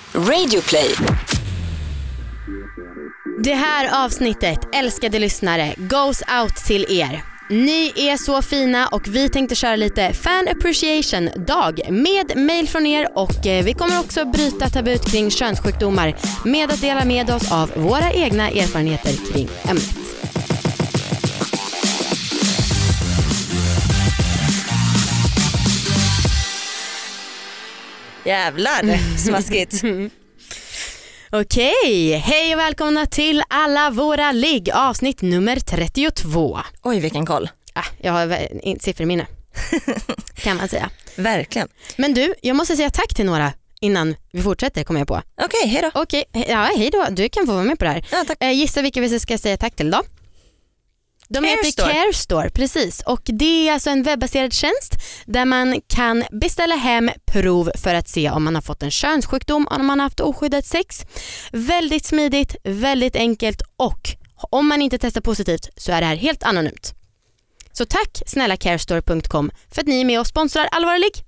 Radioplay. Det här avsnittet, älskade lyssnare, goes out till er. Ni är så fina och vi tänkte köra lite fan appreciation dag med mail från er och vi kommer också bryta tabut kring könssjukdomar med att dela med oss av våra egna erfarenheter kring ämnet. Jävlar, smaskigt. Okej, hej och välkomna till alla våra ligg, avsnitt nummer 32. Oj, vilken koll. Jag har sifferminne, kan man säga. Verkligen. Men du, jag måste säga tack till några innan vi fortsätter, kommer jag på. Okej, hej då. Okej, ja, hej då. Du kan få vara med på det här. Ja, tack. Gissa vilka vi ska säga tack till då? De heter CareStore, precis. Och det är alltså en webbaserad tjänst där man kan beställa hem prov för att se om man har fått en könssjukdom, om man har haft oskyddat sex. Väldigt smidigt, väldigt enkelt och om man inte testar positivt så är det här helt anonymt. Så tack snälla carestore.com för att ni är med och sponsrar Allvarlig.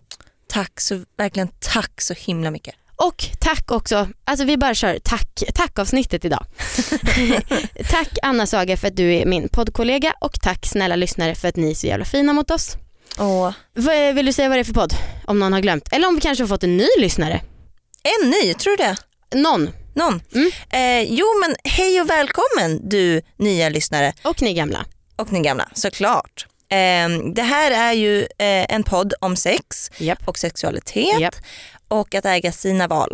Tack så himla mycket. Och tack också, alltså vi bara kör tack avsnittet idag. Tack Anna Saga för att du är min poddkollega och tack snälla lyssnare för att ni är så jävla fina mot oss. Vill du säga vad det är för podd? Om någon har glömt. Eller om vi kanske har fått en ny lyssnare. En ny, tror du det? Någon. Jo men hej och välkommen du nya lyssnare. Och ni gamla. Såklart. Det här är ju en podd om sex och sexualitet och att äga sina val.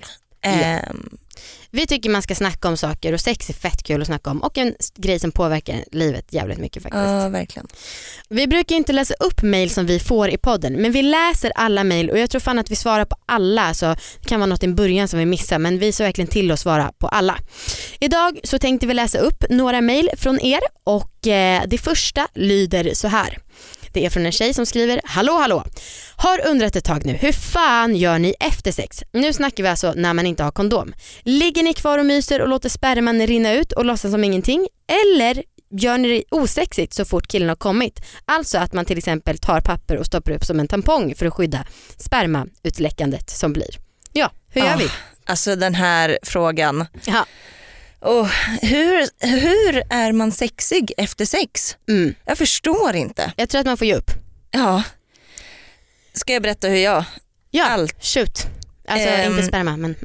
Vi tycker man ska snacka om saker och sex är fett kul att snacka om och en grej som påverkar livet jävligt mycket faktiskt. Ja, verkligen. Vi brukar inte läsa upp mejl som vi får i podden, men vi läser alla mejl och jag tror fan att vi svarar på alla, så det kan vara något i början som vi missar, men vi så verkligen till att svara på alla. Idag så tänkte vi läsa upp några mejl från er och det första lyder så här. Det är från en tjej som skriver: Hallå, har undrat ett tag nu, hur fan gör ni efter sex? Nu snackar vi alltså när man inte har kondom. Ligger ni kvar och myser och låter sperman rinna ut och låtsas som ingenting? Eller gör ni det osexigt så fort killen har kommit? Alltså att man till exempel tar papper och stoppar upp som en tampong för att skydda spermautläckandet som blir. Ja, hur gör vi? Alltså den här frågan. Ja. Och hur är man sexig efter sex? Jag förstår inte. Jag tror att man får ge upp. Ja. Ska jag berätta hur jag? Ja, shoot. Alltså inte sperma, men...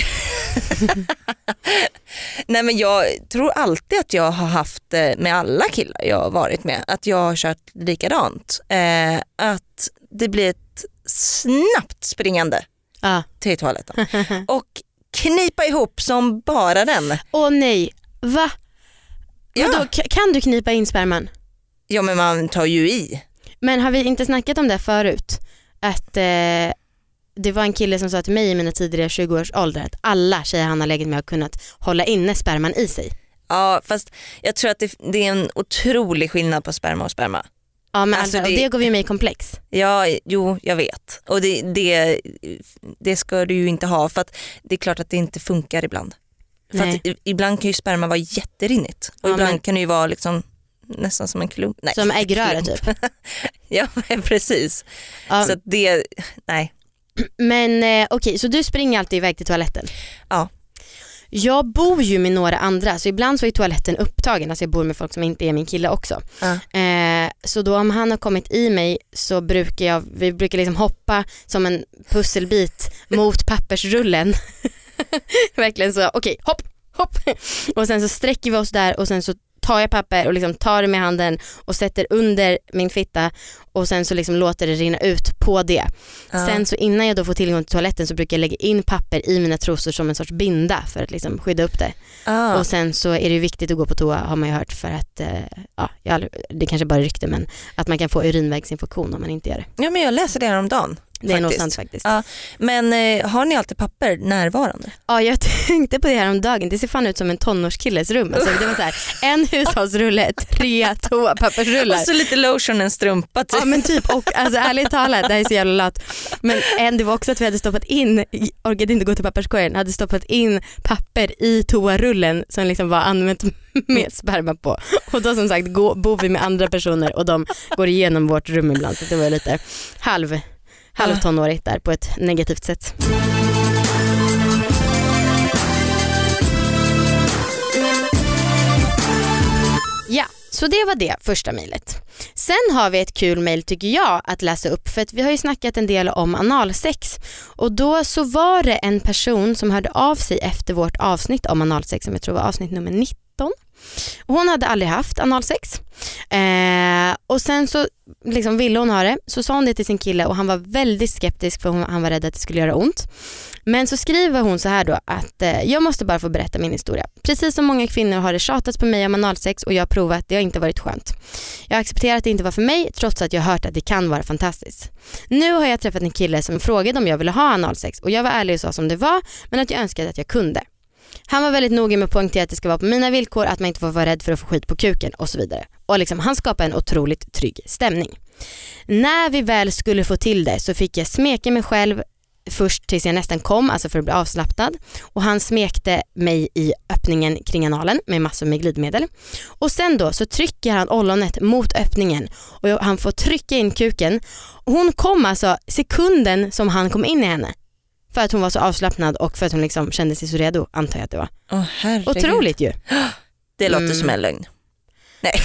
Nej, men jag tror alltid att jag har haft med alla killar jag har varit med, att jag har kört likadant. Att det blir ett snabbt springande till toaletten. Och knipa ihop som bara den. Åh nej, va? Ja. Då, kan du knipa in sperman? Ja, men man tar ju i. Men har vi inte snackat om det förut? Att det var en kille som sa till mig i mina tidigare 20-års ålder att alla tjejer han har legat med har kunnat hålla inne sperman i sig. Ja, fast jag tror att det är en otrolig skillnad på sperma och sperma. Ja, men alltså, och det går vi med i komplex. Ja, jo, jag vet. Och det ska du ju inte ha, för att det är klart att det inte funkar ibland. För att ibland kan ju sperma vara jätterinnigt. Och ibland kan det ju vara liksom nästan som en klump. Nej, som äggröra typ. Ja, precis. Så att nej. Men okej, så du springer alltid iväg till toaletten? Ja. Jag bor ju med några andra, så ibland så är toaletten upptagen. Alltså jag bor med folk som inte är min kille också. Så då om han har kommit i mig så brukar vi liksom hoppa som en pusselbit mot pappersrullen. Verkligen så, okej, hopp. Och sen så sträcker vi oss där och sen så tar jag papper och liksom tar det med handen och sätter under min fitta och sen så liksom låter det rinna ut på det. Sen så innan jag då får tillgång till toaletten så brukar jag lägga in papper i mina trosor som en sorts binda för att liksom skydda upp det. Och sen så är det ju viktigt att gå på toa, har man ju hört, för att det kanske bara rykte, men att man kan få urinvägsinfektion om man inte gör det. Ja, men jag läser det här om dagen. Det är nog sant faktiskt. Ja. Men har ni alltid papper närvarande? Ja, jag tänkte på det här om dagen. Det ser fan ut som en tonårskilles rum. Alltså, det var så här, en hushållsrulle, 3 toapappersrullar. Och så lite lotion, en strumpa typ. Ja, men typ. Och alltså, ärligt talat, det här är så jävla lat. Men det var också att vi hade stoppat in, orkade inte gå till papperskorgen, hade stoppat in papper i toarullen som liksom var använt med sperma på. Och då som sagt bor vi med andra personer och de går igenom vårt rum ibland, så det var lite halvtonårigt där på ett negativt sätt. Så det var det första mejlet. Sen har vi ett kul mejl tycker jag att läsa upp, för att vi har ju snackat en del om analsex, och då så var det en person som hörde av sig efter vårt avsnitt om analsex, som jag tror var avsnitt nummer 19. Och hon hade aldrig haft analsex. Och sen så liksom ville hon ha det. Så sa hon det till sin kille och han var väldigt skeptisk, för han var rädd att det skulle göra ont. Men så skriver hon så här då att jag måste bara få berätta min historia. Precis som många kvinnor har det tjatats på mig om analsex och jag har provat, det har inte varit skönt. Jag har accepterat att det inte var för mig trots att jag har hört att det kan vara fantastiskt. Nu har jag träffat en kille som frågade om jag ville ha analsex och jag var ärlig och sa som det var, men att jag önskade att jag kunde. Han var väldigt noga med att poängtera att det ska vara på mina villkor, att man inte får vara rädd för att få skit på kuken och så vidare. Och liksom, han skapade en otroligt trygg stämning. När vi väl skulle få till det så fick jag smeka mig själv först tills jag nästan kom, alltså för att bli avslappnad. Och han smekte mig i öppningen kring analen med massor med glidmedel. Och sen då så trycker han ollonet mot öppningen och han får trycka in kuken. Och hon kom alltså sekunden som han kom in i henne. För att hon var så avslappnad och för att hon liksom kände sig så redo, antar jag att det var. Otroligt ju. Det låter som en lögn. Nej.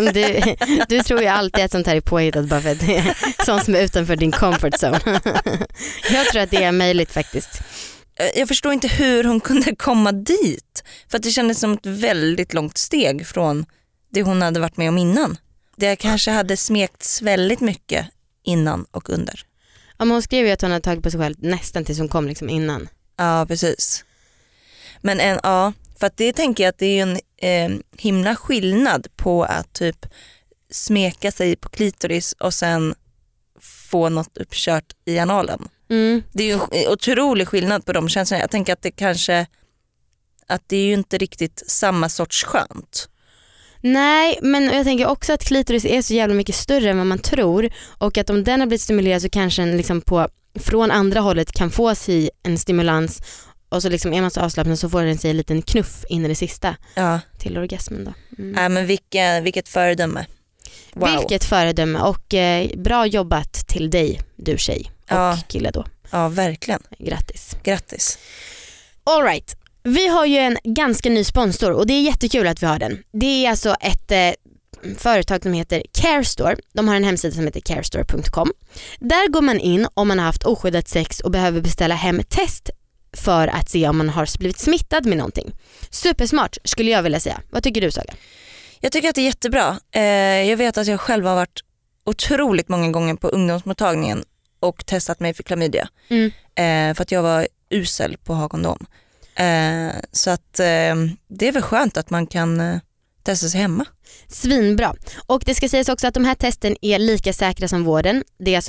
Du tror ju alltid att sånt här är påhittat bara för att det är sånt som är utanför din comfort zone. Jag tror att det är möjligt faktiskt. Jag förstår inte hur hon kunde komma dit. För att det kändes som ett väldigt långt steg från det hon hade varit med om innan. Det kanske hade smekts väldigt mycket innan och under. Ja, men hon skrev ju att hon hade tagit på sig själv nästan tills hon kom liksom innan. Ja, precis. Men för att det tänker jag att det är en himla skillnad på att typ smeka sig på klitoris och sen få något uppkört i analen. Det är ju en otrolig skillnad på de känslorna. Jag tänker att det kanske, att det är ju inte riktigt samma sorts skönt. Nej, men jag tänker också att klitoris är så jävla mycket större än vad man tror, och att om den har blivit stimulerad så kanske den liksom från andra hållet kan få sig en stimulans, och så liksom är man så avslappnad så får den sig en liten knuff in i det sista till orgasmen då. Ja, men vilket föredöme. Wow. Vilket föredöme, och bra jobbat till dig, du tjej och kille då. Ja, verkligen. Grattis. All right. Vi har ju en ganska ny sponsor och det är jättekul att vi har den. Det är alltså ett företag som heter Carestore. De har en hemsida som heter carestore.com. Där går man in om man har haft oskyddat sex och behöver beställa hem test för att se om man har blivit smittad med någonting. Supersmart skulle jag vilja säga. Vad tycker du, Saga? Jag tycker att det är jättebra. Jag vet att jag själv har varit otroligt många gånger på ungdomsmottagningen och testat mig för klamydia. För att jag var usel på att ha kondom. Så att det är väl skönt att man kan testa sig hemma. Svinbra. Och det ska sägas också att de här testen är lika säkra som vården. Det är alltså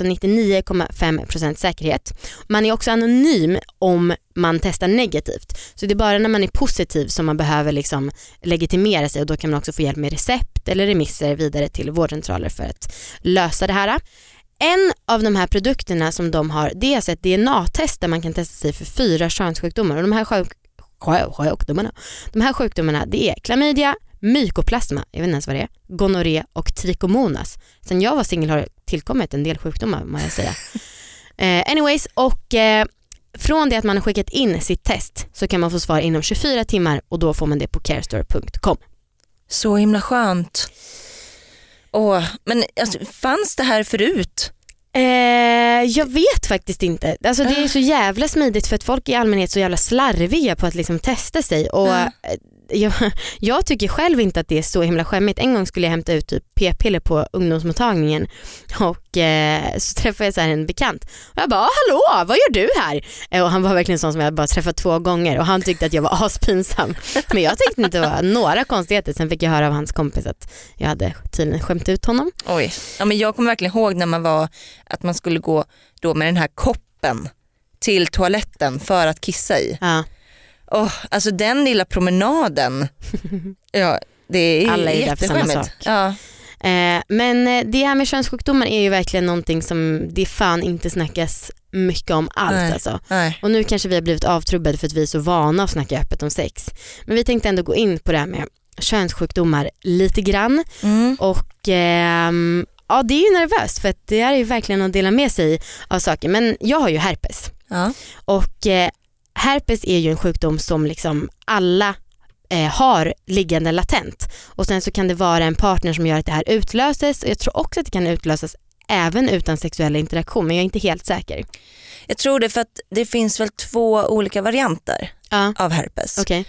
99,5% säkerhet. Man är också anonym om man testar negativt. Så det är bara när man är positiv som man behöver liksom legitimera sig, och då kan man också få hjälp med recept eller remisser vidare till vårdcentraler för att lösa det här. En av de här produkterna som de har, det är alltså ett DNA-test där man kan testa sig för 4 könssjukdomar. Och de här sjukdomarna, det är klamydia, mykoplasma, jag vet inte ens vad det är, gonorré och trichomonas. Sen jag var singel har tillkommit en del sjukdomar, må jag säga. Anyways, och från det att man har skickat in sitt test så kan man få svar inom 24 timmar, och då får man det på carestore.com. Så himla skönt. Men alltså, fanns det här förut? Jag vet faktiskt inte. Alltså, det är så jävla smidigt för att folk i allmänhet är så jävla slarviga på att liksom testa sig. Och jag tycker själv inte att det är så himla skämmigt. En gång skulle jag hämta ut typ p-piller på ungdomsmottagningen och så träffade jag så här en bekant. Och jag bara, hallå, vad gör du här? Och han var verkligen sån som jag bara träffat 2 gånger och han tyckte att jag var aspinsam. Men jag tyckte inte det var några konstigheter. Sen fick jag höra av hans kompis att jag hade tydligen skämt ut honom. Oj, ja, men jag kommer verkligen ihåg när man var att man skulle gå då med den här koppen till toaletten för att kissa i. Ja. Alltså den lilla promenaden. Ja, det är alla är jätteskämmigt. Ja. Men det här med könssjukdomar är ju verkligen någonting som det fan inte snackas mycket om alls. Nej. Alltså. Nej. Och nu kanske vi har blivit avtrubbade för att vi är så vana att snacka öppet om sex. Men vi tänkte ändå gå in på det här med könssjukdomar lite grann. Och ja, det är ju nervöst för att det är ju verkligen att dela med sig av saker. Men jag har ju herpes. Ja. Och herpes är ju en sjukdom som liksom alla har liggande latent. Och sen så kan det vara en partner som gör att det här utlöses. Och jag tror också att det kan utlösas även utan sexuell interaktion, men jag är inte helt säker. Jag tror det för att det finns väl 2 olika varianter av herpes. Okay.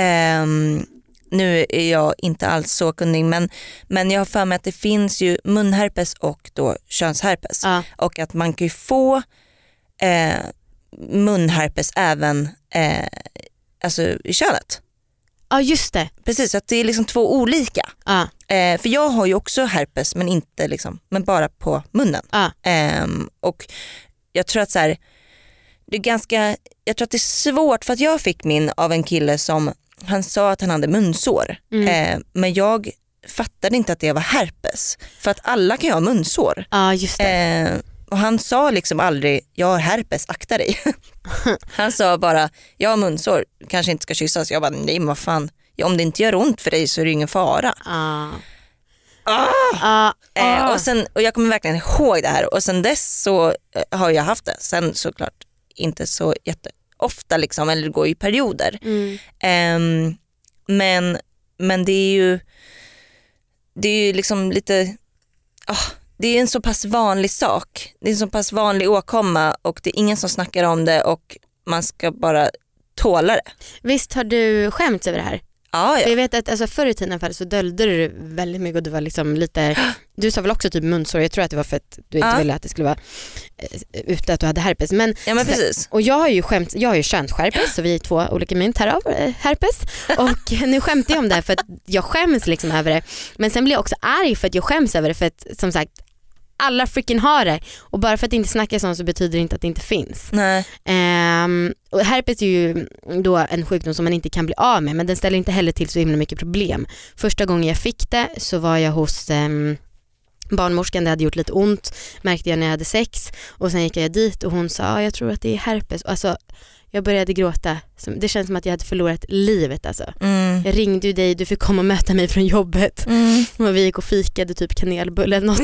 Nu är jag inte alls så kunnig, men jag har för mig att det finns ju munherpes och då könsherpes. Och att man kan ju få munherpes även alltså i könet. Ja, just det. Precis, så att det är liksom 2 olika. För jag har ju också herpes, men inte liksom, men bara på munnen. Och jag tror att så här, det är ganska, jag tror att det är svårt, för att jag fick min av en kille som han sa att han hade munsår. Men jag fattade inte att det var herpes, för att alla kan ju ha munsår. Just det. Och han sa liksom aldrig, jag har herpes, akta dig. Han sa bara, jag har munsår, kanske inte ska kyssas. Jag bara, nej men vad fan, om det inte gör ont för dig så är det ingen fara. Och jag kommer verkligen ihåg det här. Och sen dess så har jag haft det. Sen såklart inte så jätteofta liksom, eller det går i perioder. Men det är ju liksom lite... det är en så pass vanlig sak. Det är en så pass vanlig åkomma och det är ingen som snackar om det och man ska bara tåla det. Visst har du skämts över det här? Ja. Jag vet att alltså, förr i tiden så döljde du väldigt mycket och du var liksom lite, du sa väl också typ munsår, jag tror att det var för att du inte ville att det skulle vara ute att du hade herpes. Men precis. Och jag har ju könsherpes, så vi är 2 olika mynt här av herpes. Och nu skämtar jag om det här för att jag skäms liksom över det. Men sen blir jag också arg för att jag skäms över det, för att som sagt alla freaking har det. Och bara för att det inte snackas om så betyder det inte att det inte finns. Nej. Och herpes är ju då en sjukdom som man inte kan bli av med, men den ställer inte heller till så himla mycket problem. Första gången jag fick det så var jag hos barnmorskan, det hade gjort lite ont, märkte jag när jag hade sex, och sen gick jag dit och hon sa, jag tror att det är herpes. Alltså jag började gråta. Det känns som att jag hade förlorat livet alltså. Jag ringde ju dig, du fick komma och möta mig från jobbet. Och vi gick och fikade typ kanelbulle eller något.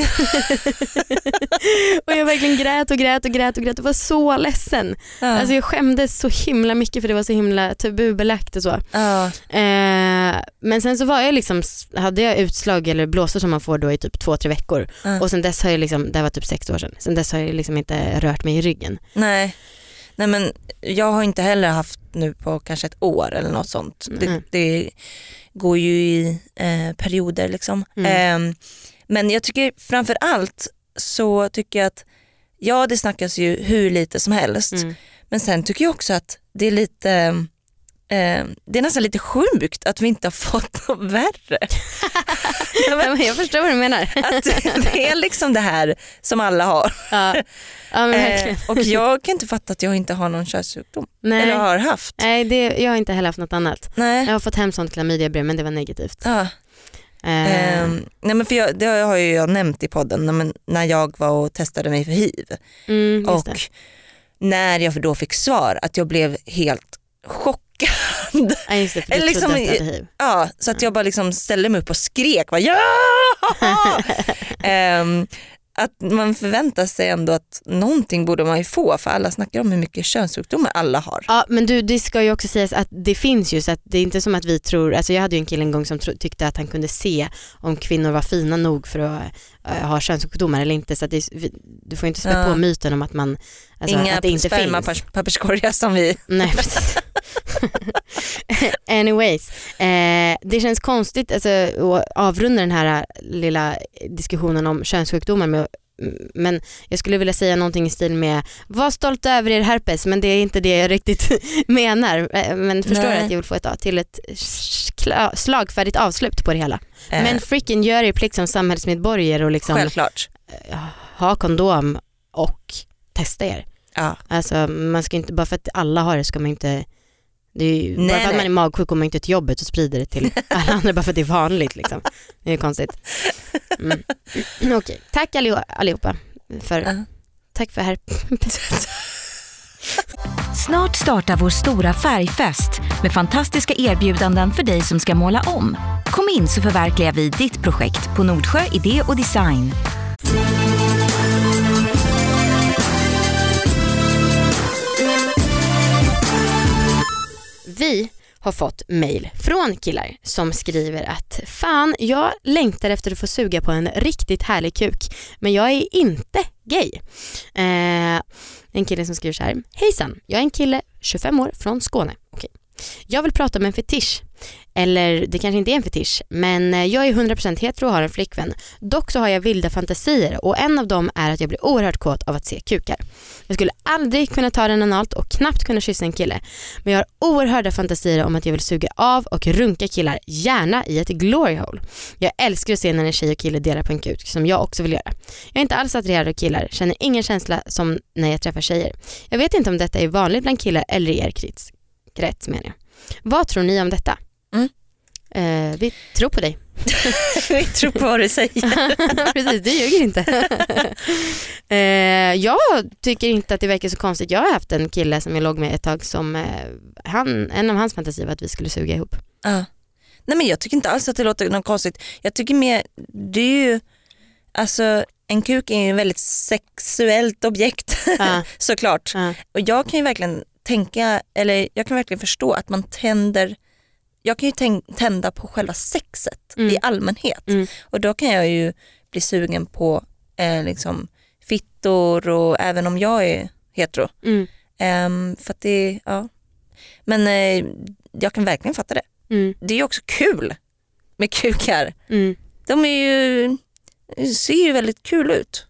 Och jag verkligen grät och var så ledsen. Alltså jag skämdes så himla mycket för det var så himla tabubelagt och så. Men sen så var jag liksom, hade jag utslag eller blåsor som man får då i typ 2-3 veckor. Och sen dess har jag liksom, det var typ 6 år sedan. Sen dess har jag liksom inte rört mig i ryggen. Nej, men jag har inte heller haft nu på kanske 1 år eller något sånt. Det går ju i perioder liksom. Men jag tycker framför allt så tycker jag att det snackas ju hur lite som helst. Men sen tycker jag också att det är lite... det är nästan lite sjukt att vi inte har fått något värre. Jag förstår vad du menar. Att det är liksom det här som alla har. Och jag kan inte fatta att jag inte har någon könssjukdom. Nej. Eller har haft. Nej, jag har inte heller haft något annat. Nej. Jag har fått hem sånt klamydiabrev, men det var negativt. Nej, men för det har ju jag nämnt i podden när jag var och testade mig för HIV. Och när jag då fick svar att jag blev helt chockad. Ja, just det, för du trodde att du hade HIV. Ja, så att jag bara liksom ställde mig upp och skrek. Att man förväntar sig ändå att någonting borde man ju få, för alla snackar om hur mycket könssjukdomar alla har. Ja, men det ska ju också sägas att det finns ju, så att det är inte som att vi tror, alltså jag hade ju en kille en gång som tyckte att han kunde se om kvinnor var fina nog för att ha könssjukdomar eller inte, så att du får inte spä på myten om att man, alltså, inga att det inte finns. papperskorgar som vi. Nej, precis. Anyways, det känns konstigt alltså, att avrunda den här lilla diskussionen om könssjukdomar men jag skulle vilja säga någonting i stil med var stolt över er herpes, men det är inte det jag riktigt menar, men förstår att jag vill få till ett slagfärdigt avslut på det hela. Men freaking gör er plikt som samhällsmedborgare och liksom självklart ha kondom och testa er. Alltså man ska inte, bara för att alla har det ska man inte. Det är ju, bara för att man är magsjuk och man inte till jobbet och sprider det till alla andra bara för att det är vanligt liksom. Det är konstigt. Okej. Tack allihopa för tack för här. Snart startar vår stora färgfest med fantastiska erbjudanden för dig som ska måla om. Kom in så förverkligar vi ditt projekt på Nordsjö Idé och Design. Vi har fått mejl från killar som skriver att fan, jag längtar efter att få suga på en riktigt härlig kuk, men jag är inte gay. En kille som skriver så här: hejsan, jag är en kille 25 år från Skåne. Okej. Jag vill prata om en fetisch. Eller det kanske inte är en fetisch, men jag är 100% hetero och har en flickvän. Dock så har jag vilda fantasier och en av dem är att jag blir oerhört kåt av att se kukar. Jag skulle aldrig kunna ta den analt och knappt kunna kyssa en kille. Men jag har oerhörda fantasier om att jag vill suga av och runka killar, gärna i ett glory hole. Jag älskar att se när en tjej och kille delar på en kuk, som jag också vill göra. Jag är inte alls attraherad av killar, känner ingen känsla som när jag träffar tjejer. Jag vet inte om detta är vanligt bland killar eller i er krets, menar jag. Vad tror ni om detta? Vi tror på dig. Vi tror på vad du säger. Precis, du ljuger inte. Jag tycker inte att det verkar så konstigt. Jag har haft en kille som jag låg med ett tag som en av hans fantasier var att vi skulle suga ihop. Nej, men jag tycker inte alls att det låter något konstigt. Jag tycker mer, det är ju, alltså en kuk är ju en väldigt sexuellt objekt såklart. Och jag kan ju verkligen tänka, eller jag kan verkligen förstå att man tänder. Jag kan ju tända på själva sexet i allmänhet. Och då kan jag ju bli sugen på liksom fittor, och även om jag är hetero. För att det, ja. Men jag kan verkligen fatta det. Det är ju också kul med kukar. De är ju, ser ju väldigt kul ut.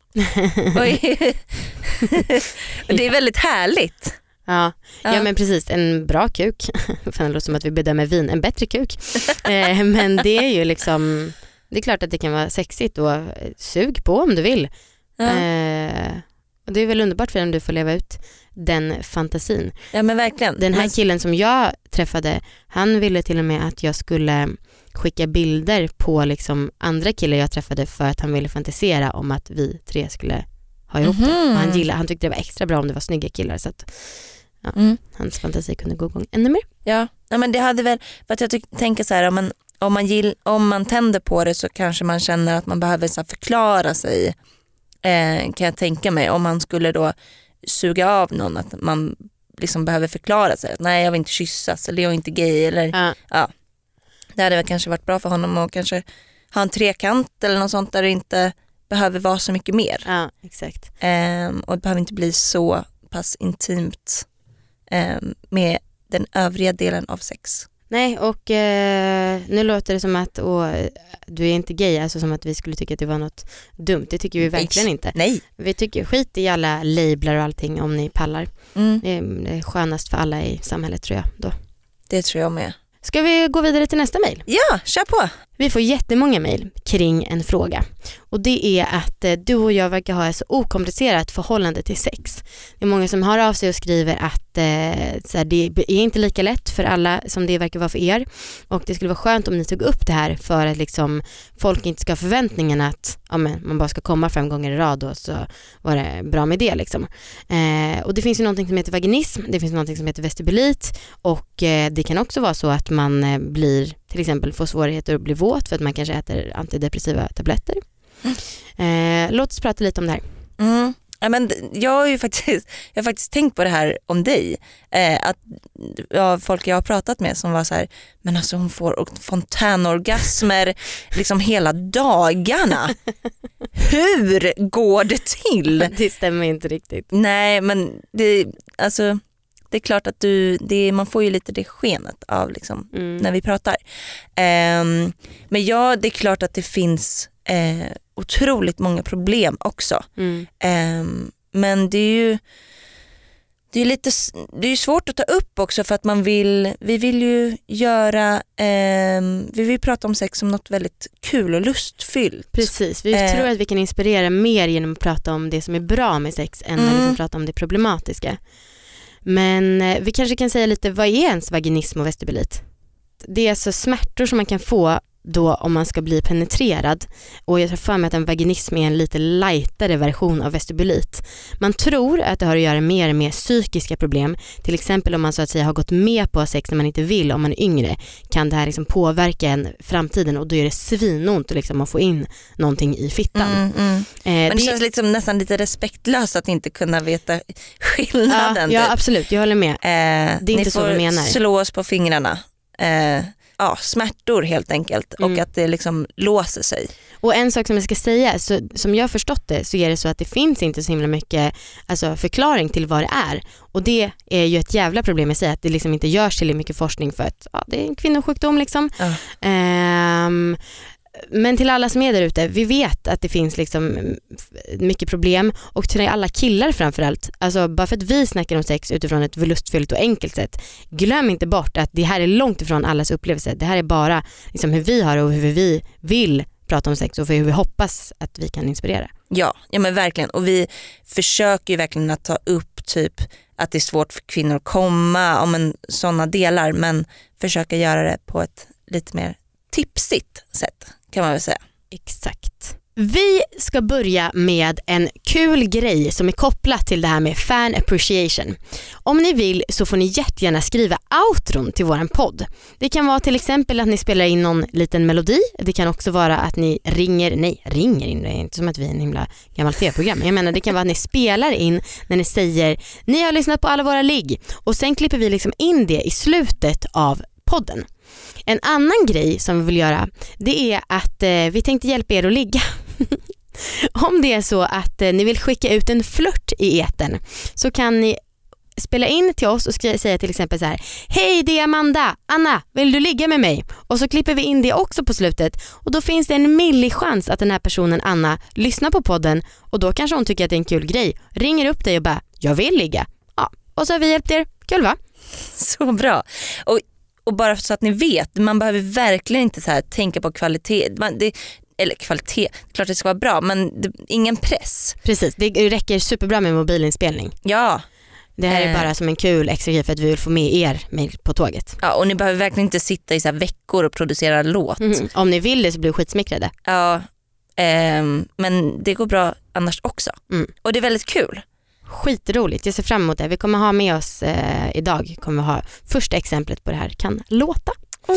Och det är väldigt härligt. Ja, men precis, en bra kuk. Fan, det låter som att vi bedömer vin, en bättre kuk. Men det är ju liksom, det är klart att det kan vara sexigt och sug på om du vill. Och det är väl underbart för om du får leva ut den fantasin. Ja, men verkligen. Den här killen som jag träffade, han ville till och med att jag skulle skicka bilder på liksom andra killar jag träffade för att han ville fantisera om att vi tre skulle ha ihop det. Och han tyckte det var extra bra om det var snygga killar, så att hans fantasi kunde gå igång ännu mer. Ja, men det hade väl, för att jag tänker så här, om man tänder på det så kanske man känner att man behöver så här förklara sig, kan jag tänka mig, om man skulle då suga av någon, att man liksom behöver förklara sig, att nej, jag vill inte kyssas, eller jag är inte gay, eller det hade väl kanske varit bra för honom att kanske ha en trekant eller något sånt där det inte behöver vara så mycket mer. Ja, exakt. Och det behöver inte bli så pass intimt med den övriga delen av sex. Nej, och nu låter det som att du är inte gay, alltså som att vi skulle tycka att det var något dumt. Det tycker vi verkligen inte. Nej. Vi tycker skit i alla lablar och allting om ni pallar. Det är skönast för alla i samhället, tror jag då. Det tror jag med. Ska vi gå vidare till nästa mejl? Ja, kör på! Vi får jättemånga mejl kring en fråga. Och det är att du och jag verkar ha ett så okomplicerat förhållande till sex. Det är många som hör av sig och skriver att så här, det är inte lika lätt för alla som det verkar vara för er. Och det skulle vara skönt om ni tog upp det här för att liksom, folk inte ska ha förväntningen att man bara ska komma 5 gånger i rad och så var det bra med det. Liksom. Och det finns ju någonting som heter vaginism, det finns någonting som heter vestibulit, och det kan också vara så att man blir, till exempel får svårigheter att bli våt för att man kanske äter antidepressiva tabletter. Låt oss prata lite om det här. Ja, men jag har faktiskt tänkt på det här om dig, att folk jag har pratat med som var så här, men alltså hon får fontänorgasmer liksom hela dagarna. Hur går det till? Det stämmer inte riktigt. Nej, men det är klart att man får ju lite det skenet av liksom, när vi pratar. Men ja, det är klart att det finns otroligt många problem också. Men det är ju svårt att ta upp också, för att vi vill prata om sex som något väldigt kul och lustfyllt. Precis, vi tror att vi kan inspirera mer genom att prata om det som är bra med sex än att liksom prata om det problematiska. Men vi kanske kan säga lite, vad är ens vaginism och vestibulit? Det är alltså smärtor som man kan få då om man ska bli penetrerad, och jag tror för mig att en vaginism är en lite lightare version av vestibulit. Man tror att det har att göra mer med psykiska problem, till exempel om man så att säga har gått med på sex när man inte vill om man är yngre, kan det här liksom påverka en framtiden, och då är det svinont liksom att få in någonting i fittan. Men det känns liksom nästan lite respektlöst att inte kunna veta skillnaden. Ja, absolut, jag håller med. Det är inte så vi menar. Ni får slå oss på fingrarna smärtor helt enkelt och att det liksom låser sig. Och en sak som jag ska säga, så, som jag har förstått det, så är det så att det finns inte så himla mycket förklaring till vad det är. Och det är ju ett jävla problem i sig, att det liksom inte görs till mycket forskning för att det är en kvinnosjukdom liksom. Men till alla som är där ute, vi vet att det finns liksom mycket problem, och till alla killar framförallt, alltså bara för att vi snackar om sex utifrån ett lustfyllt och enkelt sätt, glöm inte bort att det här är långt ifrån allas upplevelse. Det här är bara liksom hur vi har och hur vi vill prata om sex och för hur vi hoppas att vi kan inspirera. Ja men verkligen, och vi försöker ju verkligen att ta upp typ att det är svårt för kvinnor att komma om sådana delar, men försöka göra det på ett lite mer tipsigt sätt kan man väl säga. Exakt. Vi ska börja med en kul grej som är kopplat till det här med fan appreciation. Om ni vill så får ni jättegärna skriva outron till våran podd. Det kan vara till exempel att ni spelar in någon liten melodi. Det kan också vara att ni ringer in, det är inte som att vi är en himla gammal tv-program. Jag menar, det kan vara att ni spelar in när ni säger ni har lyssnat på alla våra ligg, och sen klipper vi liksom in det i slutet av podden. En annan grej som vi vill göra, det är att vi tänkte hjälpa er att ligga. Om det är så att ni vill skicka ut en flört i etern, så kan ni spela in till oss och säga till exempel så här: hej, det är Amanda, Anna, vill du ligga med mig? Och så klipper vi in det också på slutet, och då finns det en millichans att den här personen Anna lyssnar på podden, och då kanske hon tycker att det är en kul grej, ringer upp dig och bara, jag vill ligga. Ja, och så har vi hjälpt er. Kul, va? Så bra. Och bara så att ni vet, man behöver verkligen inte så här tänka på kvalitet. Eller kvalitet, klart det ska vara bra, men ingen press. Precis, det räcker superbra med mobilinspelning. Ja. Det här är bara som en kul extra grej för att vi vill få med er med på tåget. Ja, och ni behöver verkligen inte sitta i så här veckor och producera låt. Om ni vill det så blir det skitsmickrade. Ja, men det går bra annars också. Och det är väldigt kul. Skitroligt, jag ser fram emot det. Vi kommer ha med oss idag, kommer ha första exemplet på det här kan låta.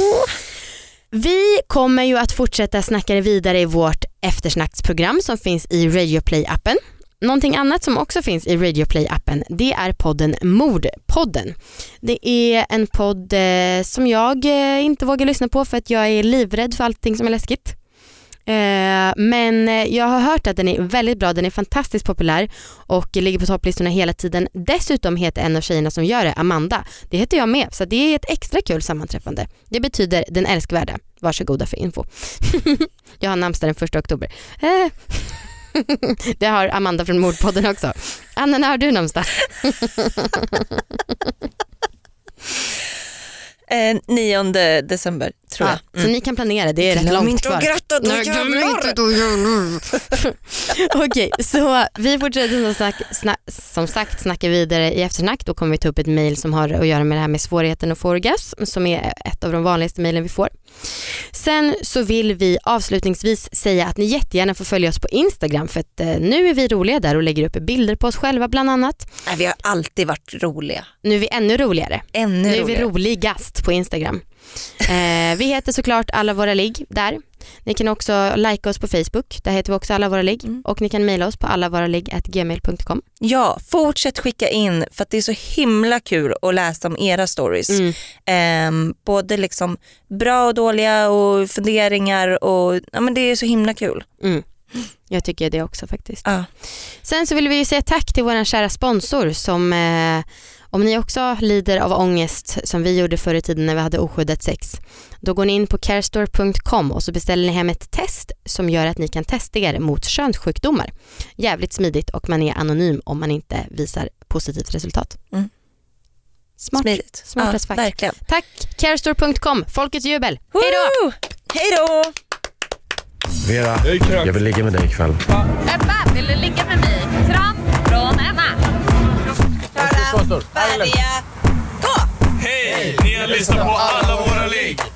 Vi kommer ju att fortsätta snacka vidare i vårt eftersnacksprogram som finns i Radio Play-appen. Någonting annat som också finns i Radio Play-appen, det är podden Mordpodden. Det är en podd som jag inte vågar lyssna på för att jag är livrädd för allting som är läskigt. Men jag har hört att den är väldigt bra, den är fantastiskt populär och ligger på topplistorna hela tiden. Dessutom heter en av tjejerna som gör det Amanda. Det heter jag med, så det är ett extra kul sammanträffande. Det betyder den älskvärda. Varsågoda för info. Jag har namnsdag den 1 oktober. Det har Amanda från Mordpodden också. Anna, när har du namnsdag? 9 december tror jag. Så ni kan planera, det är rätt långt kvar. Okej, så vi fortsätter som sagt snacka vidare i eftersnack. Då kommer vi ta upp ett mejl som har att göra med det här med svårigheten att få orgasm, som är ett av de vanligaste mejlen vi får. Sen så vill vi avslutningsvis säga att ni jättegärna får följa oss på Instagram, för att nu är vi roliga där och lägger upp bilder på oss själva bland annat. Nej, vi har alltid varit roliga. Nu är vi ännu roligare. Nu är vi roligast på Instagram. Vi heter såklart Alla Våra Ligg där. Ni kan också like oss på Facebook. Där heter vi också Alla Våra Ligg. Och ni kan mejla oss på allavåraligg@gmail.com. Ja, fortsätt skicka in, för att det är så himla kul att läsa om era stories. Både liksom bra och dåliga och funderingar och men det är så himla kul. Jag tycker det också faktiskt. Sen så vill vi ju säga tack till våran kära sponsor som om ni också lider av ångest som vi gjorde förr i tiden när vi hade oskyddat sex, då går ni in på carestore.com och så beställer ni hem ett test som gör att ni kan testa er mot könssjukdomar. Jävligt smidigt, och man är anonym om man inte visar positivt resultat. Smart. Smartast fack. Verkligen. Tack carestore.com, folkets jubel. Hej då! Hej då! Vera, jag vill ligga med dig ikväll. Ebba, vill du ligga med mig? Kram från Emma. Färdiga, gå! Hej, ni har lyssnat på Alla Våra Ligg.